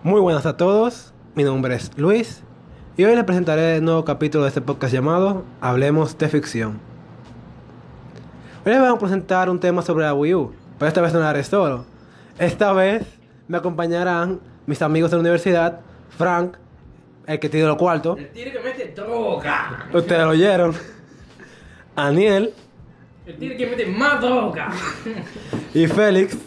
Muy buenas a todos, mi nombre es Luis y hoy les presentaré el nuevo capítulo de este podcast llamado Hablemos de Ficción. Hoy les vamos a presentar un tema sobre la Wii U, pero esta vez no la haré solo. Esta vez me acompañarán mis amigos de la universidad, Frank, el que tiene los cuartos. El tigre que mete droga. Ustedes lo oyeron. Aniel El tigre que mete más droga. y Félix.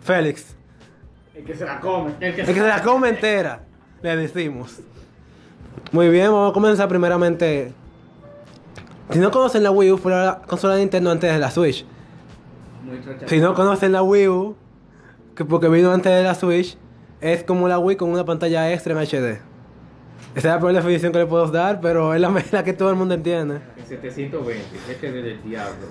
El que se la come. El que se la come entera, le decimos. Muy bien, vamos a comenzar primeramente. Si no conocen la Wii U, fue la consola de Nintendo antes de la Switch. Si no conocen la Wii U, que porque vino antes de la Switch, es como la Wii con una pantalla extra en HD. Esa es la peor definición que le puedo dar, pero es la que todo el mundo entiende. En 720, este es del diablo.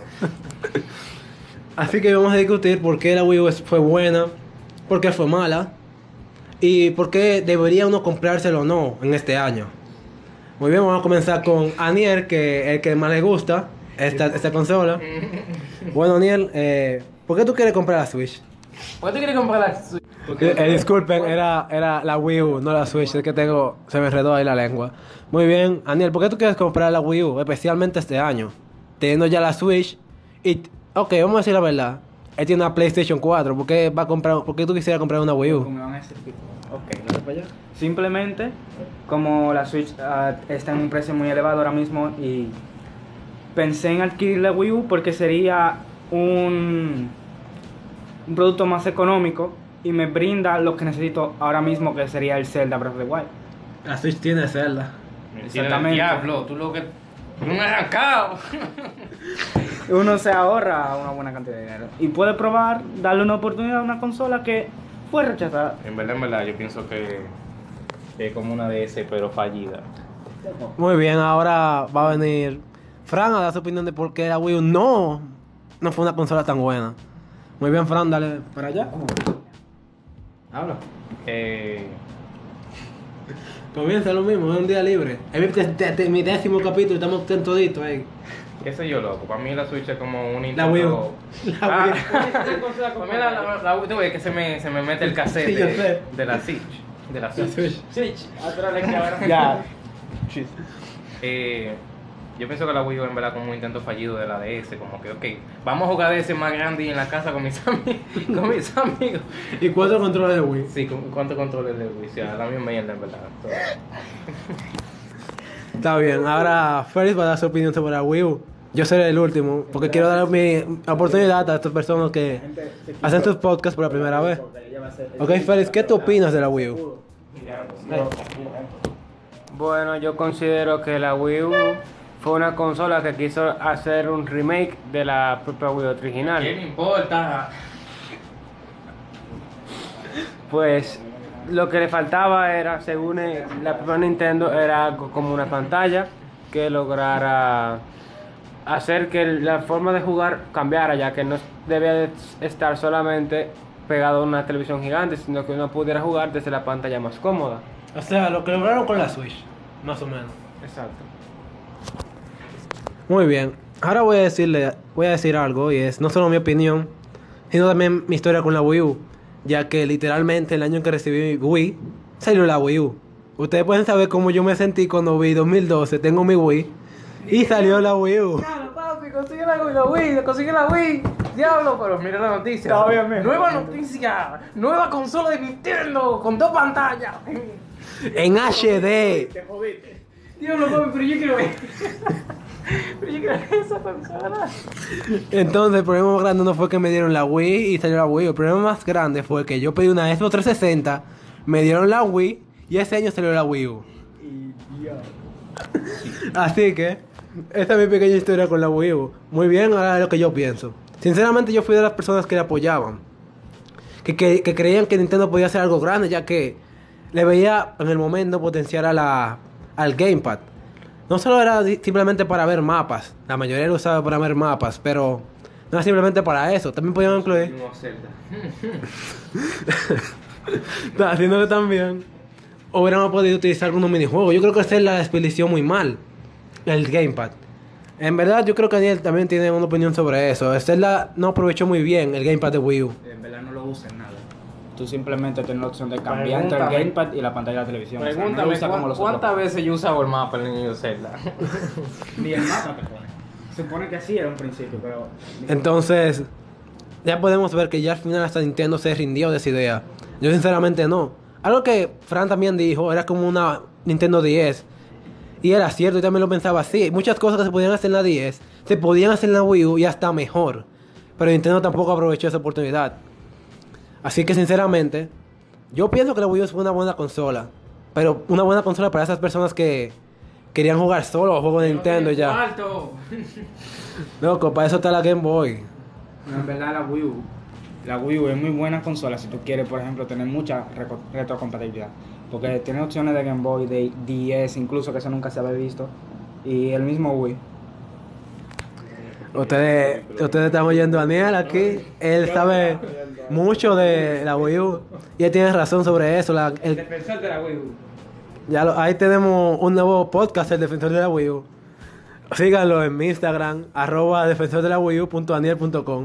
Así que vamos a discutir por qué la Wii U fue buena, por qué fue mala y por qué debería uno comprárselo o no en este año. Muy bien, vamos a comenzar con Aniel, que es el que más le gusta esta consola. Bueno, Aniel, ¿por qué tú quieres comprar la Switch? ¿Por qué tú quieres comprar la Switch? Disculpen, era la Wii U, no la Switch, es que se me enredó ahí la lengua. Muy bien, Aniel, ¿por qué tú quieres comprar la Wii U, especialmente este año? Teniendo ya la Switch y... Ok, vamos a decir la verdad. Él tiene una PlayStation 4, ¿por qué tú quisieras comprar una Wii U? Me van a decir que- Ok, no sé para allá. Simplemente, como la Switch está en un precio muy elevado ahora mismo y pensé en adquirir la Wii U porque sería un producto más económico y me brinda lo que necesito ahora mismo, que sería el Zelda Breath of the Wild. La Switch tiene Zelda. Exactamente. Diablo, tú lo que... No me has arrancado. Uno se ahorra una buena cantidad de dinero y puede probar, darle una oportunidad a una consola que fue rechazada. En verdad, yo pienso que es como una DS, pero fallida. Muy bien, ahora va a venir Fran a dar su opinión de por qué la Wii U no fue una consola tan buena. Muy bien, Fran, dale para allá. Habla. Comienza lo mismo, es un día libre. Es mi 10º capítulo, estamos toditos ahí. ¿Qué sé yo, loco? Para mí la Switch es como un La Wii U. intento... La Wii U. Para mí la Wii, tú ves que se me mete el cassette Sí, yo sé. de la Switch. De la Switch. Switch. Ya. Yo pienso que la Wii U en verdad como un intento fallido de la DS, como que, ok, vamos a jugar DS más grande y en la casa con mis amigos. ¿Y 4 controles de Wii? Sí, ¿cuántos controles de Wii? Sí, la misma mierda en verdad. Todo. Está bien, ahora Félix va a dar su opinión sobre la Wii U. Yo seré el último, porque quiero dar mi oportunidad a estas personas que hacen sus podcasts por la primera vez. Ok, Félix, ¿qué tú opinas de la Wii U? Bueno, yo considero que la Wii U fue una consola que quiso hacer un remake de la propia Wii original. ¿Qué me importa? Pues lo que le faltaba era, según la propia Nintendo, era algo como una pantalla que lograra hacer que la forma de jugar cambiara, ya que no debía de estar solamente pegado a una televisión gigante, sino que uno pudiera jugar desde la pantalla más cómoda. O sea, lo que lograron con la Switch, más o menos. Exacto. Muy bien, ahora voy a decir algo y es no solo mi opinión, sino también mi historia con la Wii U, ya que literalmente el año en que recibí mi Wii, salió la Wii U. Ustedes pueden saber cómo yo me sentí cuando vi 2012, tengo mi Wii, y salió la Wii U. Diablo, papi, consigue la Wii, consigue la Wii. Diablo, pero mira la noticia. Obviamente. Nueva noticia, nueva consola de Nintendo con 2 pantallas. En HD. Te jodiste. Diablo, papi, pero yo quiero ver. Pero yo quiero ver esa consola. Entonces el problema más grande no fue que me dieron la Wii y salió la Wii U. El problema más grande fue que yo pedí una Xbox 360, me dieron la Wii y ese año salió la Wii U. Así que esta es mi pequeña historia con la Wii U. Muy bien, ahora es lo que yo pienso. Sinceramente yo fui de las personas que la apoyaban, que creían que Nintendo podía hacer algo grande, ya que le veía en el momento potencial al Gamepad. No solo era simplemente para ver mapas, la mayoría lo usaba para ver mapas, pero no era simplemente para eso, también podían incluir, No, Zelda. sino que también hubiéramos podido utilizar algunos minijuegos. Yo creo que Zelda desperdició muy mal el Gamepad. En verdad yo creo que Daniel también tiene una opinión sobre eso. Zelda no aprovechó muy bien el Gamepad de Wii U. En verdad no lo usen nada. Tú simplemente tienes la opción de cambiar entre el Pregúntame. gamepad y la pantalla de la televisión. O sea, no lo Pregúntame usa como los cuántas otros. veces yo usaba el mapa en el niño Zelda. Ni el mapa te pone. Se supone que así era un principio, pero... Entonces, ya podemos ver que ya al final hasta Nintendo se rindió de esa idea. Yo sinceramente no. Algo que Fran también dijo, era como una Nintendo 10. Y era cierto, yo también lo pensaba así. Muchas cosas que se podían hacer en la 10, se podían hacer en la Wii U y hasta mejor. Pero Nintendo tampoco aprovechó esa oportunidad. Así que sinceramente, yo pienso que la Wii U es una buena consola. Pero una buena consola para esas personas que querían jugar solo o juegos de Nintendo ya. Alto. Loco, para eso está la Game Boy. No, en verdad la Wii U es muy buena consola si tú quieres, por ejemplo, tener mucha retrocompatibilidad. Porque tiene opciones de Game Boy, de DS, incluso que eso nunca se había visto. Y el mismo Wii. Ustedes están oyendo a Daniel aquí. Él sabe mucho de la Wii U. Y él tiene razón sobre eso. El defensor de la Wii U. Ahí tenemos un nuevo podcast, el defensor de la Wii U. Síganlo en mi Instagram, @defensordelawii.daniel.com.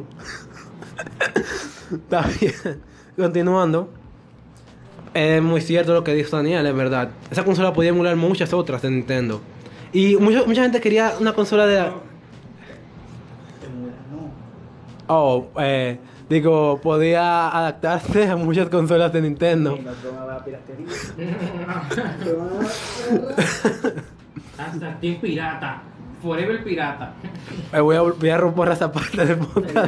Está bien. Continuando. Es muy cierto lo que dijo Daniel, es verdad. Esa consola podía emular muchas otras de Nintendo. Y mucha gente quería una consola de... Oh, podía adaptarse a muchas consolas de Nintendo. Hasta aquí pirata. Forever pirata. Voy a romper esa parte del podcast.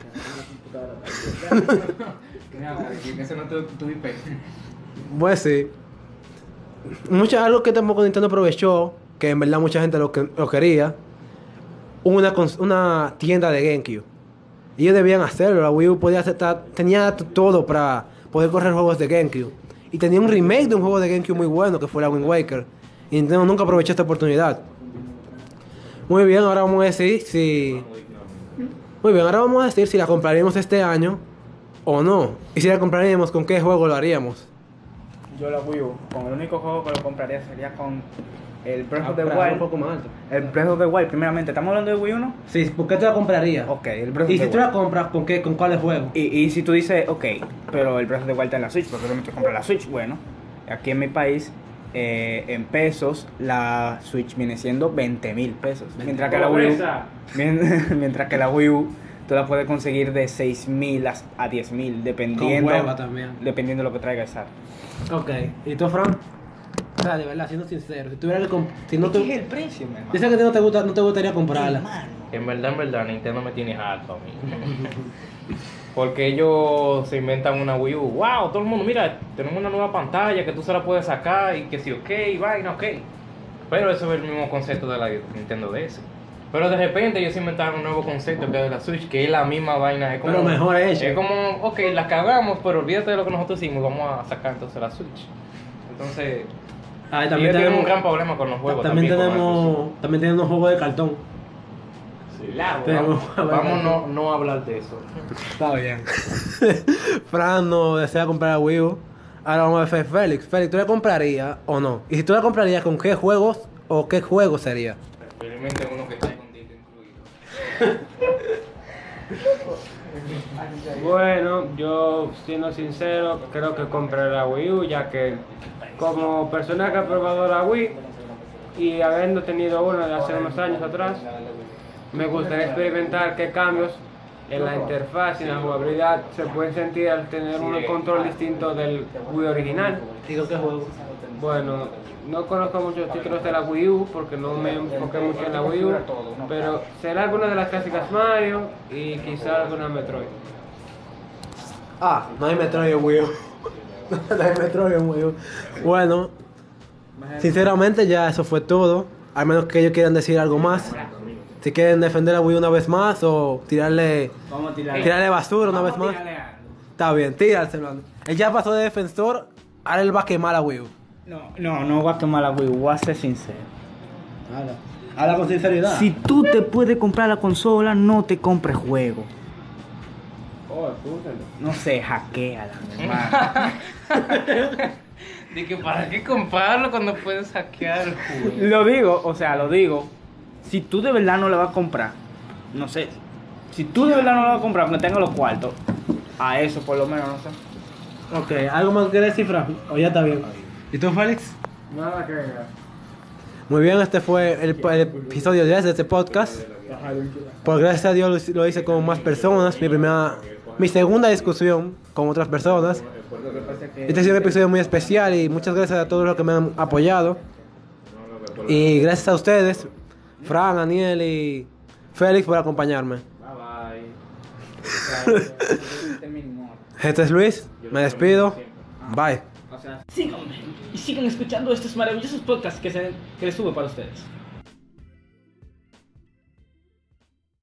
Ese no es tu IP. Pues sí. Algo que tampoco Nintendo aprovechó, que en verdad mucha gente lo quería, una tienda de GameCube. Ellos debían hacerlo. La Wii U tenía todo para poder correr juegos de GameCube. Y tenía un remake de un juego de GameCube muy bueno, que fue la Wind Waker. Y Nintendo nunca aprovechó esta oportunidad. Muy bien, ahora vamos a decir si... Muy bien, ahora vamos a decir si la compraríamos este año o no. Y si la compraríamos, ¿con qué juego lo haríamos? Yo la Wii U, con el único juego que lo compraría sería con el Breath of the Un Wild. poco más alto. El Breath of the Wild, primeramente, ¿estamos hablando de Wii U, no? Sí, ¿por qué tú la comprarías? Ok, el Breath of Y the si tú Wild. la compras, ¿con cuáles juegos? Y si tú dices, ok, pero el Breath of the Wild está en la Switch, porque obviamente comprar la Switch, bueno, aquí en mi país, en pesos, la Switch viene siendo 20,000 pesos. Mientras que la Wii U, mientras que la Wii U, tú la puedes conseguir de 6,000 a 10,000, dependiendo, Con hueva también. dependiendo de lo que traiga el SAT. Ok. ¿Y tú, Fran? O sea, de verdad, siendo sincero, si tuvieras que si no te... el precio, mi hermano? Yo sé que a ti no te gustaría comprarla. En verdad, Nintendo me tiene harto a mí. Porque ellos se inventan una Wii U. Wow, todo el mundo, mira, tenemos una nueva pantalla que tú se la puedes sacar y que sí, ok, vaina, ok. Pero eso es el mismo concepto de la Nintendo DS. Pero de repente ellos inventaron un nuevo concepto que es de la Switch, que es la misma vaina. Es como, Pero mejor hecho. Es como, ok, la cagamos, pero olvídate de lo que nosotros hicimos, vamos a sacar entonces la Switch. Entonces, Ah, ellos tienen un gran problema con los juegos. También con la tenemos unos juegos de cartón. exclusiva. Claro, Tenemos- vamos no a hablar de eso. Está bien. Fran no desea comprar la Wii U. Ahora vamos a ver Félix. Félix, ¿tú la comprarías o no? Y si tú la comprarías, ¿con qué juegos o qué juego sería? Preferiblemente uno que trae con disco incluido. Bueno, yo siendo sincero, creo que compraré la Wii U, ya que como persona que ha probado la Wii y habiendo tenido una de hace unos años atrás, me gustaría experimentar qué cambios en la interfaz y en la jugabilidad se pueden sentir al tener un control distinto del Wii original. Digo, ¿qué juego? Bueno, no conozco muchos títulos de la Wii U porque no me enfoqué mucho en la Wii U, pero será alguna de las clásicas Mario y quizá alguna Metroid. Ah, no hay Metroid en Wii U. No hay Metroid en Wii U. Bueno, sinceramente ya eso fue todo. Al menos que ellos quieran decir algo más. Si quieren defender a Wii U una vez más o tirarle Vamos a tirar. basura una vez más. Está bien, tíranselo. Él ya pasó de defensor, ahora él va a quemar a Wii U. No voy a quemar la Wii U, voy a ser sincero. Habla con sinceridad. Si tú te puedes comprar la consola, no te compres juego. Oh, escúchalo. No sé, hackeala, mi hermano. Dije, ¿para qué comprarlo cuando puedes hackear el juego? Lo digo. Si tú de verdad no le vas a comprar, no sé. Si tú de verdad no le vas a comprar, aunque tenga los cuartos, a eso por lo menos, no sé. Ok, ¿algo más que quieres decir, Fran? ¿O ya está bien? ¿Y tú, Félix? Nada que agregar. Muy bien, este fue el episodio 10 de este podcast. Por gracias a Dios lo hice con más personas. Mi segunda discusión con otras personas. Este ha sido un episodio muy especial y muchas gracias a todos los que me han apoyado. Y gracias a ustedes, Fran, Daniel y Félix, por acompañarme. Bye bye. Este es Luis, me despido. Bye. Síganme y sigan escuchando estos maravillosos podcasts que les subo para ustedes.